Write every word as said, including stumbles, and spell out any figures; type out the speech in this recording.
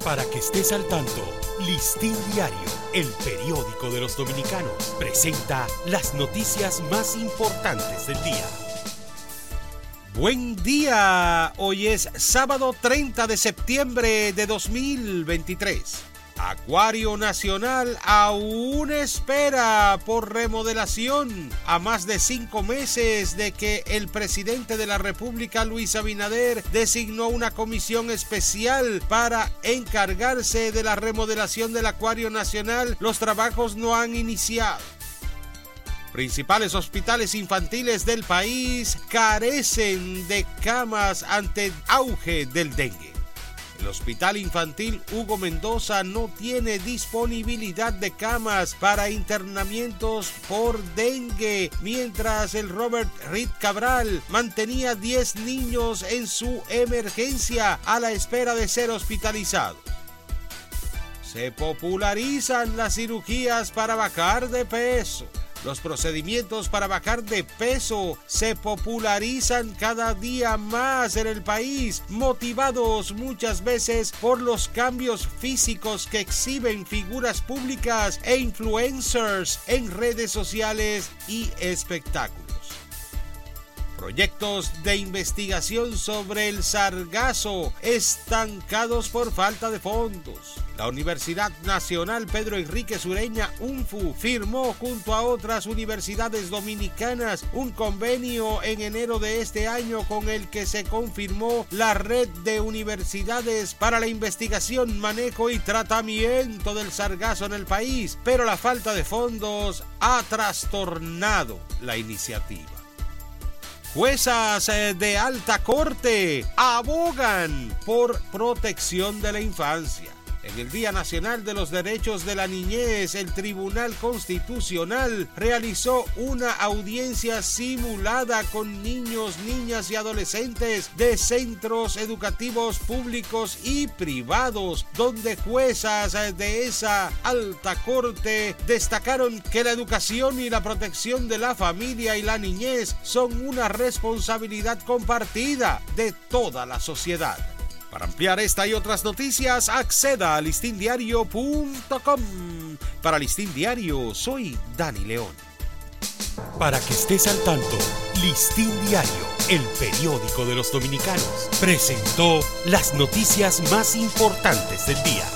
Para que estés al tanto, Listín Diario, el periódico de los dominicanos, presenta las noticias más importantes del día. Buen día, hoy es sábado treinta de septiembre de dos mil veintitrés. Acuario Nacional aún espera por remodelación a más de cinco meses de que el presidente de la República, Luis Abinader, designó una comisión especial para encargarse de la remodelación del Acuario Nacional. Los trabajos no han iniciado. Principales hospitales infantiles del país carecen de camas ante el auge del dengue. El Hospital Infantil Hugo Mendoza no tiene disponibilidad de camas para internamientos por dengue, mientras el Robert Reed Cabral mantenía diez niños en su emergencia a la espera de ser hospitalizados. Se popularizan las cirugías para bajar de peso. Los procedimientos para bajar de peso se popularizan cada día más en el país, motivados muchas veces por los cambios físicos que exhiben figuras públicas e influencers en redes sociales y espectáculos. Proyectos de investigación sobre el sargazo estancados por falta de fondos. La Universidad Nacional Pedro Enrique Sureña, UNFU, firmó junto a otras universidades dominicanas un convenio en enero de este año con el que se confirmó la red de universidades para la investigación, manejo y tratamiento del sargazo en el país, pero la falta de fondos ha trastornado la iniciativa. Juezas de alta corte abogan por protección de la infancia. En el Día Nacional de los Derechos de la Niñez, el Tribunal Constitucional realizó una audiencia simulada con niños, niñas y adolescentes de centros educativos públicos y privados, donde juezas de esa alta corte destacaron que la educación y la protección de la familia y la niñez son una responsabilidad compartida de toda la sociedad. Para ampliar esta y otras noticias, acceda a listín diario punto com. Para Listín Diario, soy Dani León. Para que estés al tanto, Listín Diario, el periódico de los dominicanos, presentó las noticias más importantes del día.